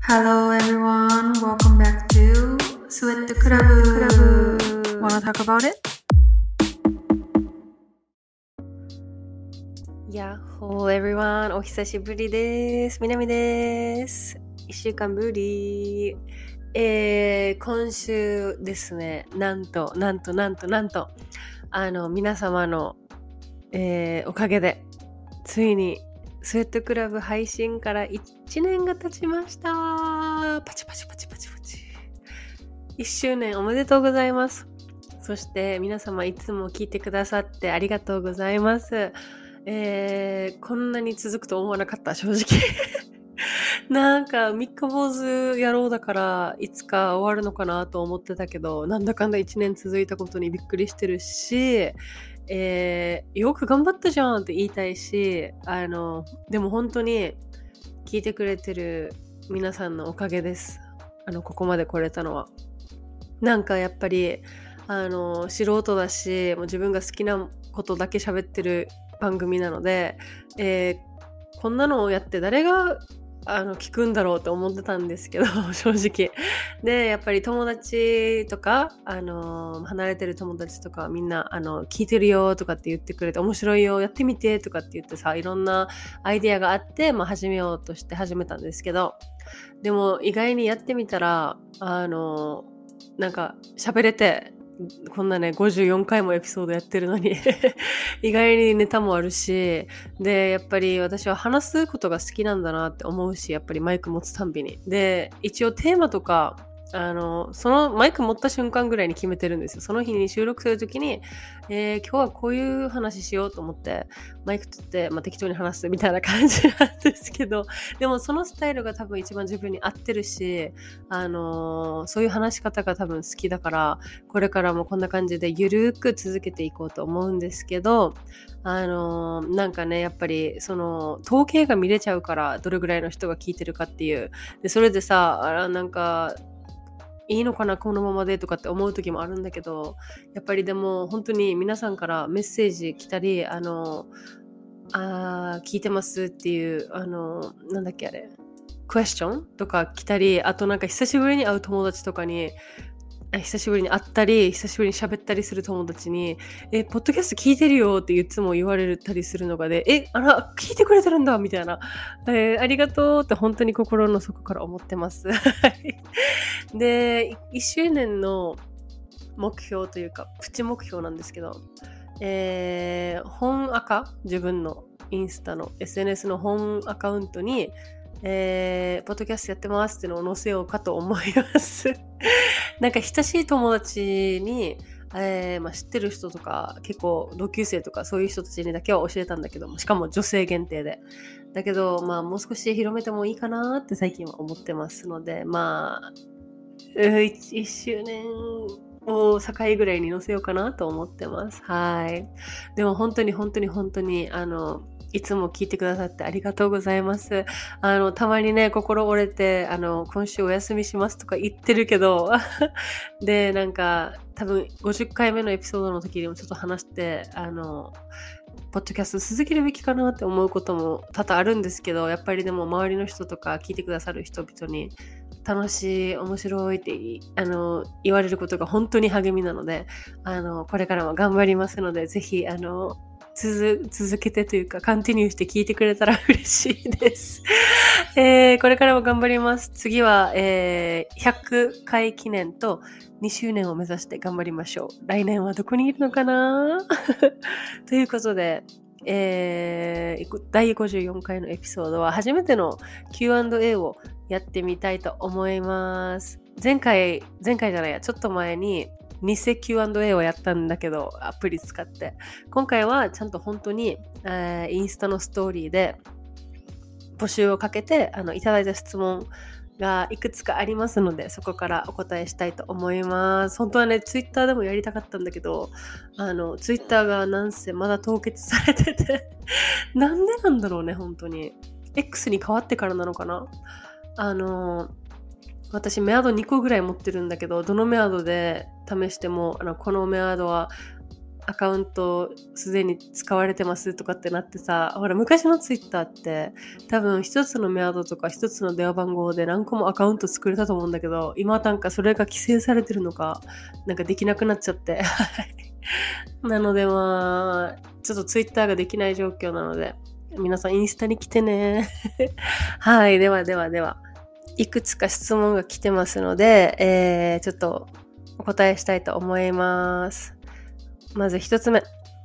Hello everyone, welcome back to Sweat Club. Wanna talk about it? やっほー everyone お久しぶりです。みなみです。1週間ぶり。今週ですね、なんと皆様の、おかげでついにスウェットクラブ配信から1年が経ちました。パチパチパチパチパチ。1周年おめでとうございます。そして皆様いつも聞いてくださってありがとうございます。こんなに続くと思わなかった、正直。なんか三日坊主野郎だからいつか終わるのかなと思ってたけど、なんだかんだ1年続いたことにびっくりしてるし、よく頑張ったじゃんって言いたいし、でも本当に聞いてくれてる皆さんのおかげです。ここまで来れたのは。なんかやっぱり素人だし、もう自分が好きなことだけ喋ってる番組なので、こんなのをやって誰が聞くんだろうって思ってたんですけど正直で、やっぱり友達とか離れてる友達とかみんな聞いてるよとかって言ってくれて、面白いよやってみてとかって言ってさ、いろんなアイディアがあって、始めようとして始めたんですけど、でも意外にやってみたらなんか喋れて、こんなね54回もエピソードやってるのに意外にネタもあるし、でやっぱり私は話すことが好きなんだなって思うし、やっぱりマイク持つたんびに、で一応テーマとかそのマイク持った瞬間ぐらいに決めてるんですよ。その日に収録するときに、今日はこういう話しようと思ってマイク取って、適当に話すみたいな感じなんですけど、でもそのスタイルが多分一番自分に合ってるし、そういう話し方が多分好きだから、これからもこんな感じでゆるく続けていこうと思うんですけど、なんかね、やっぱりその統計が見れちゃうから、どれぐらいの人が聞いてるかっていう。でそれでさ、なんかいいのかなこのままでとかって思う時もあるんだけど、やっぱりでも本当に皆さんからメッセージ来たり、聞いてますっていうなんだっけあれ、クエスチョンとか来たり、あとなんか久しぶりに会う友達とかに、久しぶりに会ったり久しぶりに喋ったりする友達にポッドキャスト聞いてるよっていつも言われたりするのがで、聞いてくれてるんだみたいな、ありがとうって本当に心の底から思ってますで1周年の目標というかプチ目標なんですけど、本アカ、自分のインスタの SNS の本アカウントにポッドキャストやってますっていうのを載せようかと思いますなんか親しい友達に、知ってる人とか結構同級生とかそういう人たちにだけは教えたんだけども、しかも女性限定でだけど、もう少し広めてもいいかなって最近は思ってますので、1周年を境ぐらいに載せようかなと思ってます。はい。でも本当にいつも聞いてくださってありがとうございます。たまにね、心折れて、今週お休みしますとか言ってるけど、で、なんか、多分50回目のエピソードの時にもちょっと話して、ポッドキャスト続けるべきかなって思うことも多々あるんですけど、やっぱりでも周りの人とか聞いてくださる人々に楽しい、面白いって言われることが本当に励みなので、これからも頑張りますので、ぜひ続けてというか、カンティニューして聞いてくれたら嬉しいです。これからも頑張ります。次は、100回記念と2周年を目指して頑張りましょう。来年はどこにいるのかなということで、第54回のエピソードは初めての Q&A をやってみたいと思います。前回じゃないや、ちょっと前に偽 Q&A をやったんだけど、アプリ使って。今回はちゃんと本当に、インスタのストーリーで募集をかけて、いただいた質問がいくつかありますので、そこからお答えしたいと思います。本当はね、ツイッターでもやりたかったんだけど、ツイッターがなんせまだ凍結されててなんでなんだろうね、本当に。X に変わってからなのかな。私メアド2個ぐらい持ってるんだけど、どのメアドで試してもこのメアドはアカウントすでに使われてますとかってなってさ、ほら昔のツイッターって多分一つのメアドとか一つの電話番号で何個もアカウント作れたと思うんだけど、今なんかそれが規制されてるのか、なんかできなくなっちゃって。なのでまあ、ちょっとツイッターができない状況なので、皆さんインスタに来てね。はい、では。いくつか質問が来てますので、ちょっとお答えしたいと思います。まず一つ目。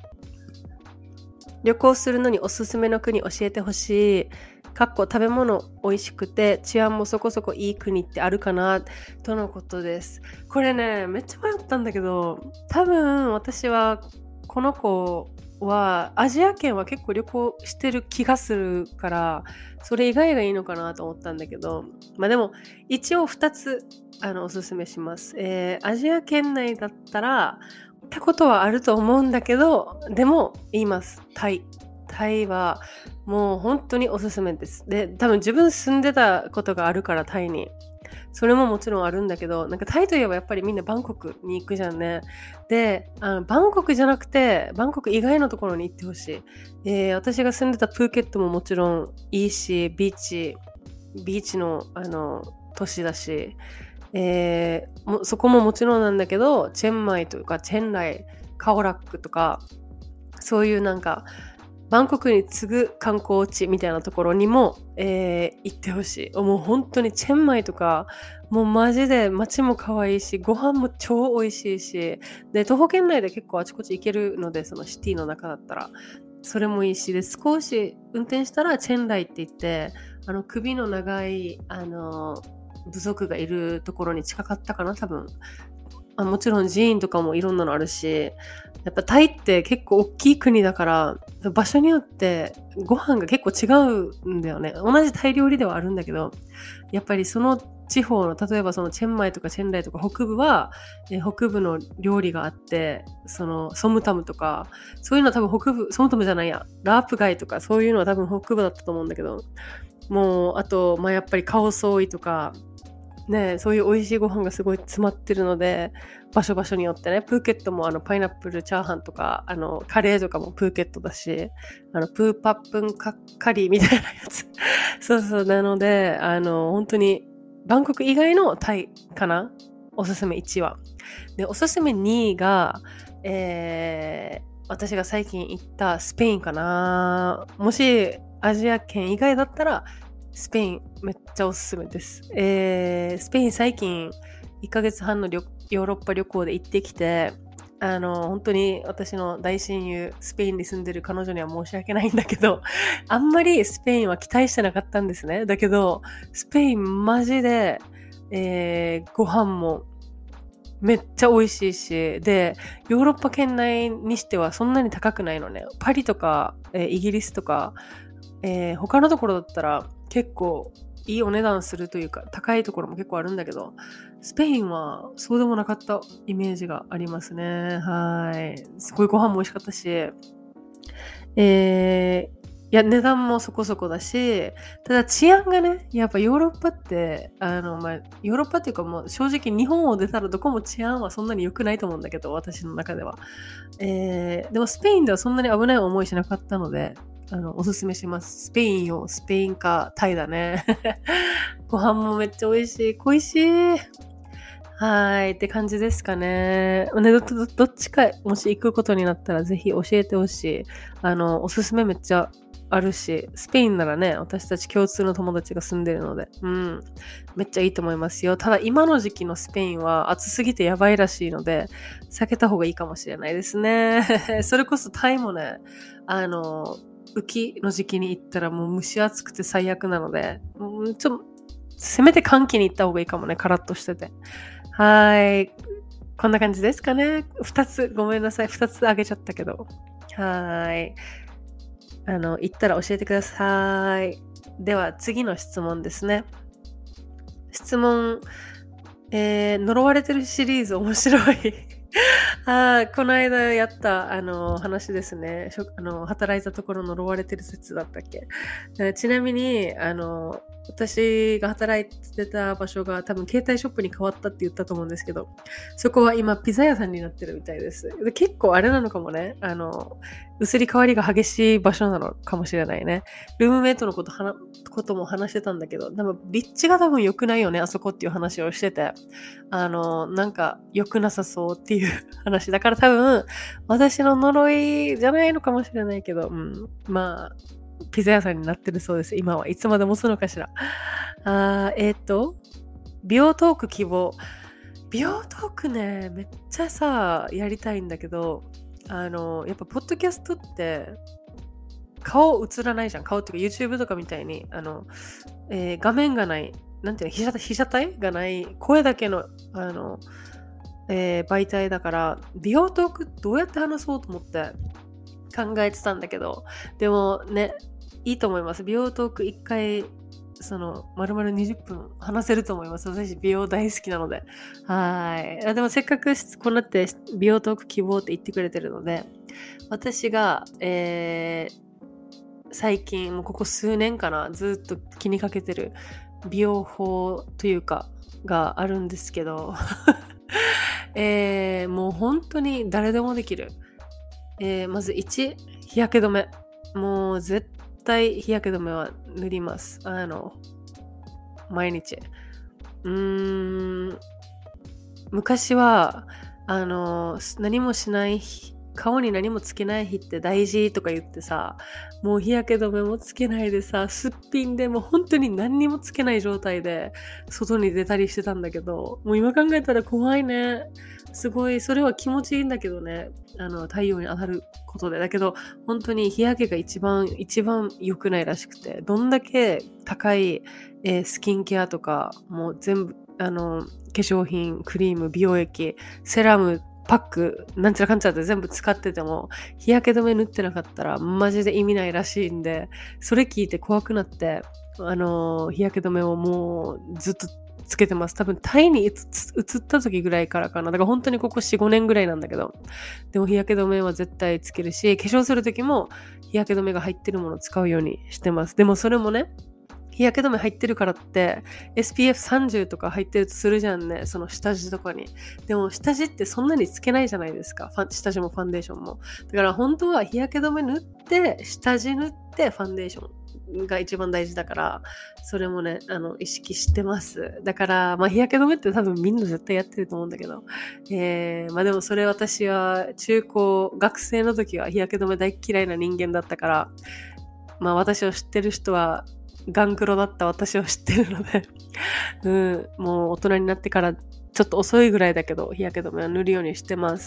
旅行するのにおすすめの国教えてほしい。食べ物美味しくて治安もそこそこいい国ってあるかなとのことです。これね、めっちゃ迷ったんだけど、多分私はこの子はアジア圏は結構旅行してる気がするから、それ以外がいいのかなと思ったんだけど、まあでも一応2つおすすめします。アジア圏内だったら行ったことはあると思うんだけど、でも言います。タイはもう本当におすすめです。で、多分自分住んでたことがあるからタイに。それももちろんあるんだけど、なんかタイといえばやっぱりみんなバンコクに行くじゃんね。で、バンコクじゃなくて、バンコク以外のところに行ってほしい。私が住んでたプーケットももちろんいいし、ビーチの都市だし、そこももちろんなんだけど、チェンマイとかチェンライ、カオラックとか、そういうなんかバンコクに次ぐ観光地みたいなところにも、行ってほしい。もう本当にチェンマイとかもうマジで街も可愛いし、ご飯も超美味しいし、で徒歩圏内で結構あちこち行けるので、そのシティの中だったらそれもいいし、で少し運転したらチェンライって言って、首の長い部族がいるところに近かったかな、多分。もちろん寺院とかもいろんなのあるし、やっぱタイって結構大きい国だから、場所によってご飯が結構違うんだよね。同じタイ料理ではあるんだけど、やっぱりその地方の、例えばそのチェンマイとかチェンライとか北部は、北部の料理があって、そのソムタムとか、そういうのは多分北部、ソムタムじゃないや、ラープガイとかそういうのは多分北部だったと思うんだけど、もう、あと、やっぱりカオソーイとか、ね、そういう美味しいご飯がすごい詰まってるので、場所によってね、プーケットもパイナップルチャーハンとか、カレーとかもプーケットだし、プーパップンカリーみたいなやつ。そう、なので、本当に、バンコク以外のタイかな？おすすめ1は。で、おすすめ2が、私が最近行ったスペインかな。もし、アジア圏以外だったら、スペインめっちゃおすすめです。スペイン最近1ヶ月半のヨーロッパ旅行で行ってきて、本当に私の大親友、スペインに住んでる彼女には申し訳ないんだけど、あんまりスペインは期待してなかったんですね。だけど、スペインマジで、ご飯もめっちゃ美味しいし、で、ヨーロッパ圏内にしてはそんなに高くないのね。パリとか、イギリスとか、他のところだったら結構いいお値段するというか高いところも結構あるんだけど、スペインはそうでもなかったイメージがありますね。はい。すごいご飯も美味しかったし、いや、値段もそこそこだし、ただ治安がね、やっぱヨーロッパって、ヨーロッパっていうかもう正直日本を出たらどこも治安はそんなに良くないと思うんだけど、私の中では。でもスペインではそんなに危ない思いしなかったので、おすすめします。スペインかタイだね。ご飯もめっちゃ美味しい。恋しい。はいって感じですかね。どっちかもし行くことになったらぜひ教えてほしい。おすすめめっちゃあるし、スペインならね、私たち共通の友達が住んでるので、めっちゃいいと思いますよ。ただ今の時期のスペインは暑すぎてやばいらしいので、避けた方がいいかもしれないですね。それこそタイもね、雨季の時期に行ったらもう蒸し暑くて最悪なので、せめて寒気に行った方がいいかもね、カラッとしてて。はい。こんな感じですかね。ごめんなさい。2つあげちゃったけど。はい。行ったら教えてください。では次の質問ですね。呪われてるシリーズ面白い。 この間やった話ですね。働いたところ呪われてる説だったっけ。ちなみに私が働いてた場所が多分携帯ショップに変わったって言ったと思うんですけど、そこは今ピザ屋さんになってるみたいです。で結構あれなのかもね。移り変わりが激しい場所なのかもしれないね。ルームメイトのことも話してたんだけど、多分立地が多分良くないよね、あそこっていう話をしてて、なんか良くなさそうっていう話だから多分私の呪いじゃないのかもしれないけど、まあピザ屋さんになってるそうです。今はいつまでもすのかしら。美容トーク希望。美容トークね、めっちゃさやりたいんだけど、やっぱポッドキャストって顔映らないじゃん。顔っていうか YouTube とかみたいに画面がない、なんていうの、被写体がない声だけの媒体だから、美容トークどうやって話そうと思って考えてたんだけど、でもね、いいと思います。美容トーク1回丸々20分話せると思います。私美容大好きなので。でもせっかくこうなって美容トーク希望って言ってくれてるので、私が、最近もうここ数年かな、ずっと気にかけてる美容法というかがあるんですけどもう本当に誰でもできる。まず1、日焼け止め。もう絶対日焼け止めは塗ります。毎日。昔は何もしない日、顔に何もつけない日って大事とか言ってさ、もう日焼け止めもつけないでさ、すっぴんでもう本当に何にもつけない状態で外に出たりしてたんだけど、もう今考えたら怖いね。すごい、それは気持ちいいんだけどね。太陽に当たることで。だけど、本当に日焼けが一番良くないらしくて、どんだけ高い、スキンケアとか、もう全部、化粧品、クリーム、美容液、セラム、パック、なんちゃらかんちゃらって全部使ってても、日焼け止め塗ってなかったらマジで意味ないらしいんで、それ聞いて怖くなって、日焼け止めをもうずっとつけてます。多分タイに移った時ぐらいからかな。だから本当にここ 4,5 年ぐらいなんだけど。でも日焼け止めは絶対つけるし、化粧する時も日焼け止めが入ってるものを使うようにしてます。でもそれもね、日焼け止め入ってるからって SPF30 とか入ってるとするじゃんね、その下地とかに。でも下地ってそんなにつけないじゃないですか。下地もファンデーションも。だから本当は日焼け止め塗って下地塗ってファンデーションが一番大事だから、それもね意識してます。だから日焼け止めって多分みんな絶対やってると思うんだけど、でもそれ私は中高学生の時は日焼け止め大嫌いな人間だったから、私を知ってる人はガンクロだった私を知ってるのでもう大人になってからちょっと遅いぐらいだけど日焼け止めは塗るようにしてます。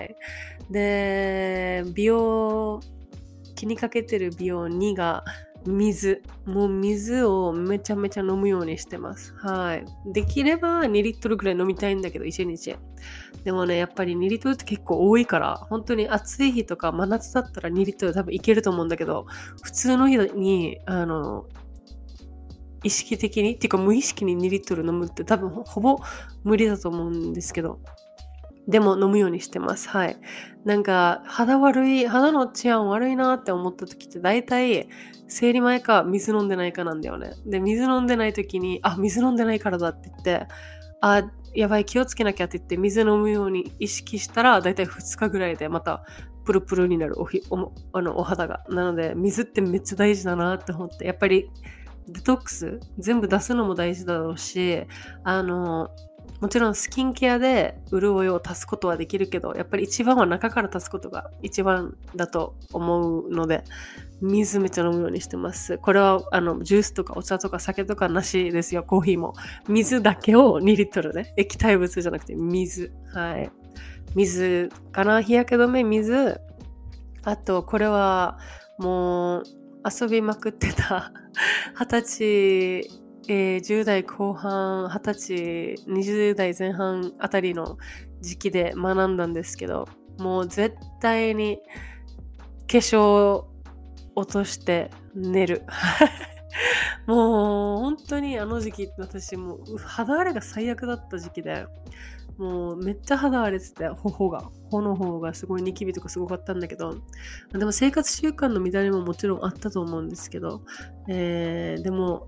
で、気にかけてる美容2が水。もう水をめちゃめちゃ飲むようにしてます。できれば2リットルぐらい飲みたいんだけど1日。でもね、やっぱり2リットルって結構多いから、本当に暑い日とか真夏だったら2リットル多分いけると思うんだけど、普通の日に意識的にっていうか無意識に2リットル飲むって多分ほぼ無理だと思うんですけど、でも飲むようにしてます。なんか肌の治安悪いなって思った時って大体生理前か水飲んでないかなんだよね。で、水飲んでない時に水飲んでないからだって言ってやばい気をつけなきゃって言って水飲むように意識したら大体2日ぐらいでまたプルプルになるお肌が。なので水ってめっちゃ大事だなって思って、やっぱりデトックス全部出すのも大事だろうし、もちろんスキンケアで潤いを足すことはできるけど、やっぱり一番は中から足すことが一番だと思うので、水めっちゃ飲むようにしてます。これはジュースとかお茶とか酒とかなしですよ。コーヒーも水だけを2リットルね、液体物じゃなくて水。水かな。日焼け止め、水。あとこれはもう遊びまくってた20歳、10代後半、20歳、20代前半あたりの時期で学んだんですけど、もう絶対に化粧落として寝る。もう本当にあの時期私もう肌荒れが最悪だった時期で、 もうめっちゃ肌荒れてて、頬の方がすごいニキビとかすごかったんだけど、でも生活習慣の乱れももちろんあったと思うんですけど、でも、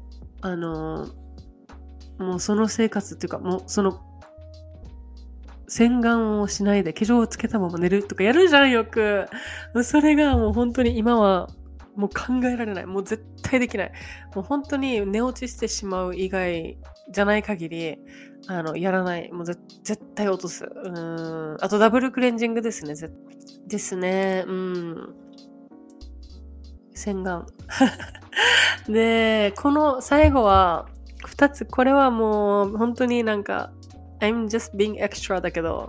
もうその生活っていうか、もうその洗顔をしないで化粧をつけたまま寝るとかやるじゃん、よく。それがもう本当に今はもう考えられない。もう絶対できない。もう本当に寝落ちしてしまう以外じゃない限り、やらない。もう絶対落とす。あとダブルクレンジングですね。ですね。洗顔。で、この最後は、2つ、これはもう本当になんか、I'm just being extra だけど、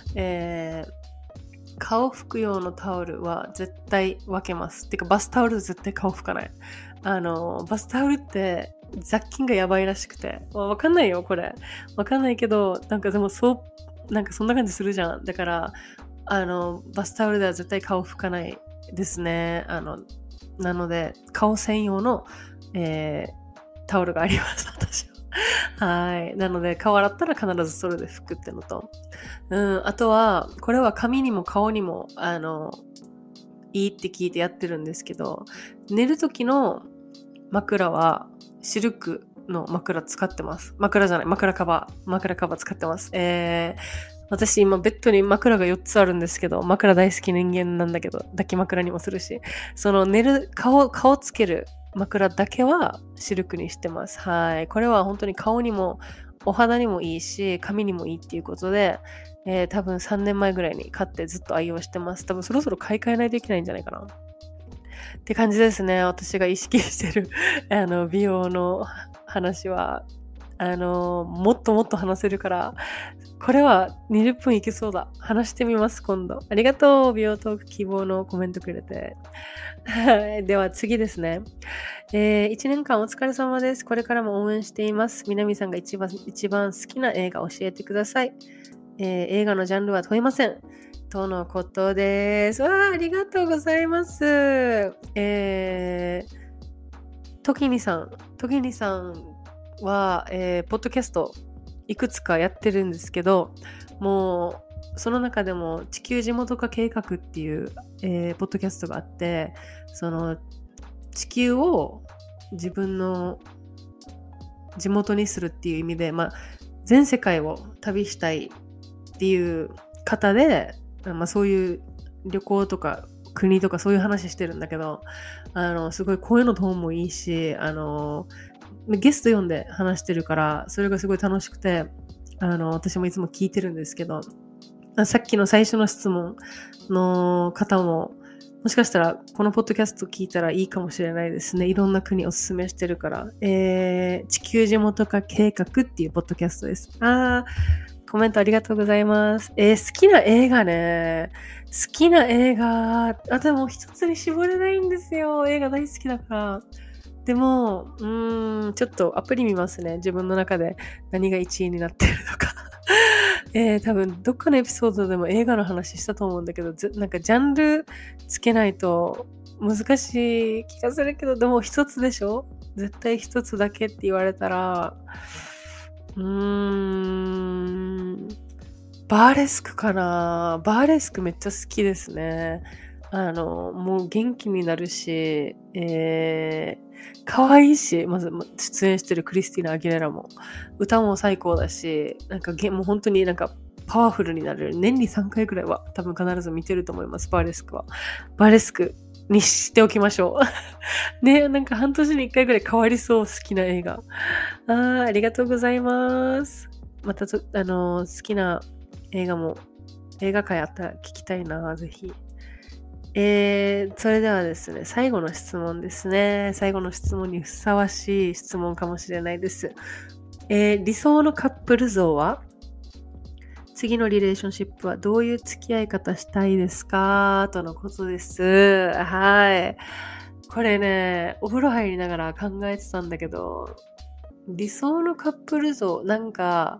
顔拭く用のタオルは絶対分けます。てかバスタオル絶対顔拭かない。バスタオルって雑菌がやばいらしくて。わかんないよ、これ。わかんないけど、なんかでもなんかそんな感じするじゃん。だから、バスタオルでは絶対顔拭かないですね。なので、顔専用の、タオルがあります、私は。はい。なので、顔洗ったら必ずそれで拭くってのと。あとは、これは髪にも顔にも、いいって聞いてやってるんですけど、寝る時の枕は、シルクの枕使ってます。枕カバー使ってます。私今ベッドに枕が4つあるんですけど、枕大好き人間なんだけど、抱き枕にもするし、その顔つける枕だけはシルクにしてます。はい。これは本当に顔にもお肌にもいいし、髪にもいいっていうことで、多分3年前ぐらいに買ってずっと愛用してます。多分そろそろ買い替えないといけないんじゃないかな。って感じですね。私が意識してる美容の話は。もっともっと話せるから、これは20分いけそうだ。話してみます、今度。ありがとう。美容トーク希望のコメントくれて。では次ですね。1年間お疲れ様です。これからも応援しています。南さんが一番好きな映画教えてください。映画のジャンルは問いません。とのことです。ありがとうございます。トキニさんは、ポッドキャストいくつかやってるんですけど、もうその中でも地球地元化計画っていう、ポッドキャストがあって、その地球を自分の地元にするっていう意味で、全世界を旅したいっていう方で、そういう旅行とか国とかそういう話してるんだけど、すごい声のトーンもいいし、ゲスト呼んで話してるから、それがすごい楽しくて、私もいつも聞いてるんですけど、さっきの最初の質問の方も、もしかしたらこのポッドキャスト聞いたらいいかもしれないですね。いろんな国おすすめしてるから。地球地元化計画っていうポッドキャストです。コメントありがとうございます。好きな映画ね。でも一つに絞れないんですよ。映画大好きだから。でも、ちょっとアプリ見ますね。自分の中で何が1位になってるのか。多分どっかのエピソードでも映画の話したと思うんだけど、なんかジャンルつけないと難しい気がするけど、でも一つでしょ？絶対一つだけって言われたら、バーレスクかな。バーレスクめっちゃ好きですね。もう元気になるし、可愛いし、まず出演してるクリスティーナ・アギレラも歌も最高だし、なんかもう本当になんかパワフルになれる。年に3回くらいは多分必ず見てると思います。バーレスクは。バーレスクにしておきましょう。ね、なんか半年に1回くらい変わりそう、好きな映画。ありがとうございます。また好きな映画会あったら聞きたいな、ぜひ。それではですね、最後の質問ですね。最後の質問にふさわしい質問かもしれないです。理想のカップル像は？次のリレーションシップはどういう付き合い方したいですか？とのことです。はい。これね、お風呂入りながら考えてたんだけど、理想のカップル像、なんか、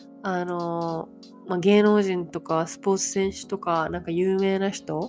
芸能人とかスポーツ選手とかなんか有名な人、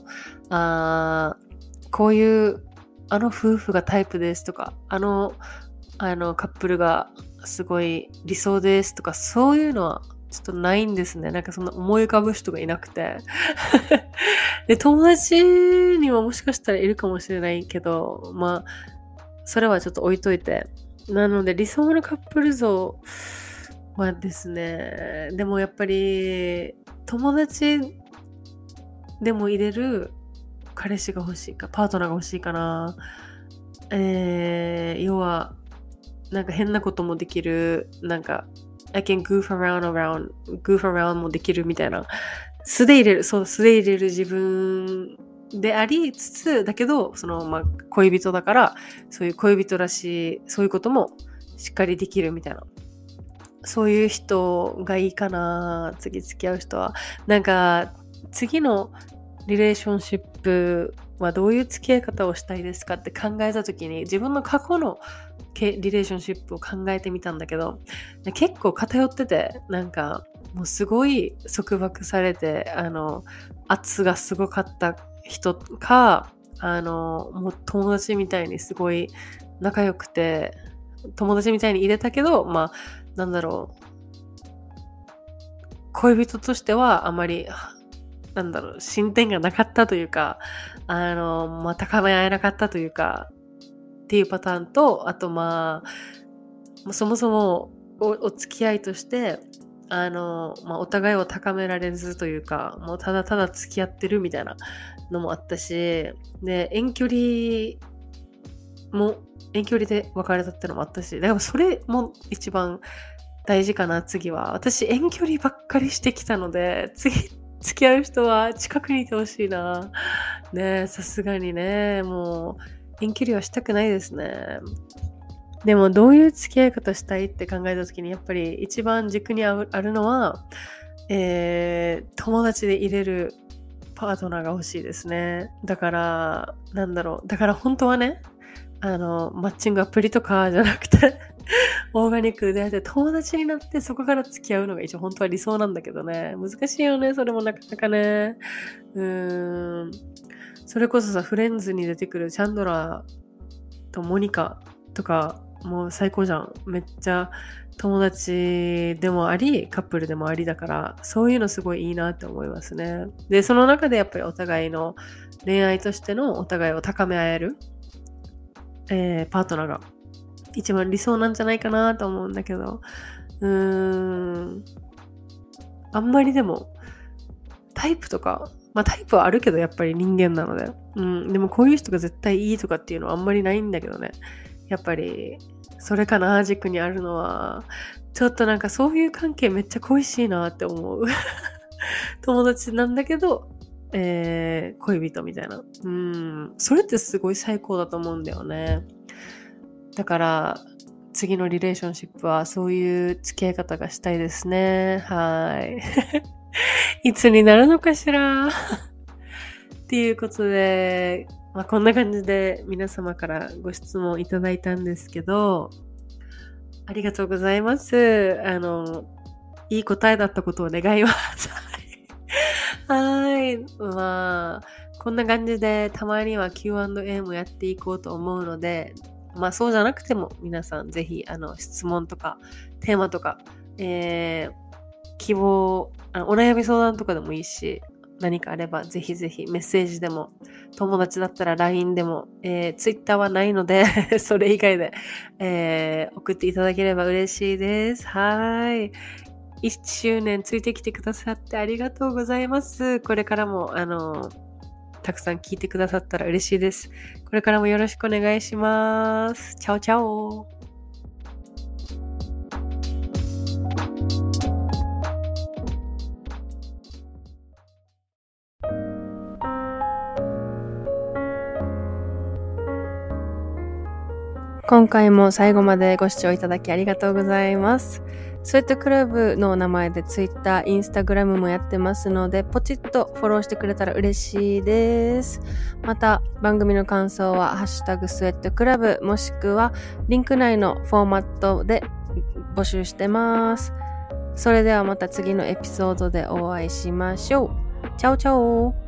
こういう夫婦がタイプですとか、カップルがすごい理想ですとか、そういうのはちょっとないんですね。なんかそんな思い浮かぶ人がいなくて。で、友達にはもしかしたらいるかもしれないけど、まあ、それはちょっと置いといて。なので、理想のカップル像はですね、でもやっぱり、友達でも入れる彼氏が欲しいか、パートナーが欲しいかな。要は、なんか変なこともできる、なんか、I can goof around もできるみたいな。素で入れる自分でありつつ、だけど、恋人だから、そういう恋人らしい、そういうこともしっかりできるみたいな。そういう人がいいかな、次付き合う人は。なんか、次のリレーションシップはどういう付き合い方をしたいですかって考えたときに、自分の過去のリレーションシップを考えてみたんだけど、結構偏ってて、なんかもうすごい束縛されて、圧がすごかった人か、もう友達みたいにすごい仲良くて、友達みたいに入れたけど、まあ、なんだろう、恋人としてはあまり、進展がなかったというか、高め合えなかったというか、っていうパターンと、あとそもそもお付き合いとして、お互いを高められずというか、もうただただ付き合ってるみたいなのもあったし、で、遠距離で別れたってのもあったし、だからそれも一番大事かな、次は。私、遠距離ばっかりしてきたので、次、付き合う人は近くにいてほしいな。ねえ、さすがにね、もう、遠距離はしたくないですね。でも、どういう付き合い方したいって考えたときに、やっぱり一番軸にあるのは、友達で入れるパートナーが欲しいですね。だから、だから本当はね、マッチングアプリとかじゃなくて、オーガニックで出会って友達になってそこから付き合うのが一応本当は理想なんだけどね。難しいよね、それもなかなかね。それこそさ、フレンズに出てくるチャンドラーとモニカとか、もう最高じゃん。めっちゃ友達でもあり、カップルでもありだから、そういうのすごいいいなって思いますね。で、その中でやっぱりお互いの恋愛としてのお互いを高め合える、パートナーが一番理想なんじゃないかなと思うんだけど、あんまりでもタイプとか、タイプはあるけどやっぱり人間なので、でもこういう人が絶対いいとかっていうのはあんまりないんだけどね。やっぱりそれかな、軸にあるのは。ちょっとなんかそういう関係めっちゃ恋しいなって思う。友達なんだけど、恋人みたいな。それってすごい最高だと思うんだよね。だから次のリレーションシップはそういう付き合い方がしたいですね。はい。いつになるのかしらっていうことで、こんな感じで皆様からご質問いただいたんですけど、ありがとうございます。いい答えだったことを願います。はい。こんな感じでたまには Q&A もやっていこうと思うので、そうじゃなくても皆さんぜひ質問とかテーマとか、希望、お悩み相談とかでもいいし、何かあればぜひぜひメッセージでも、友達だったら LINE でも、Twitter はないのでそれ以外で、送っていただければ嬉しいです。はい。1周年ついてきてくださってありがとうございます。これからもたくさん聞いてくださったら嬉しいです。これからもよろしくお願いします。チャオチャオ。今回も最後までご視聴いただきありがとうございます。スウェットクラブの名前で Twitter、Instagram もやってますので、ポチッとフォローしてくれたら嬉しいです。また、番組の感想は、ハッシュタグスウェットクラブ、もしくは、リンク内のフォーマットで募集してます。それではまた次のエピソードでお会いしましょう。チャオチャオ。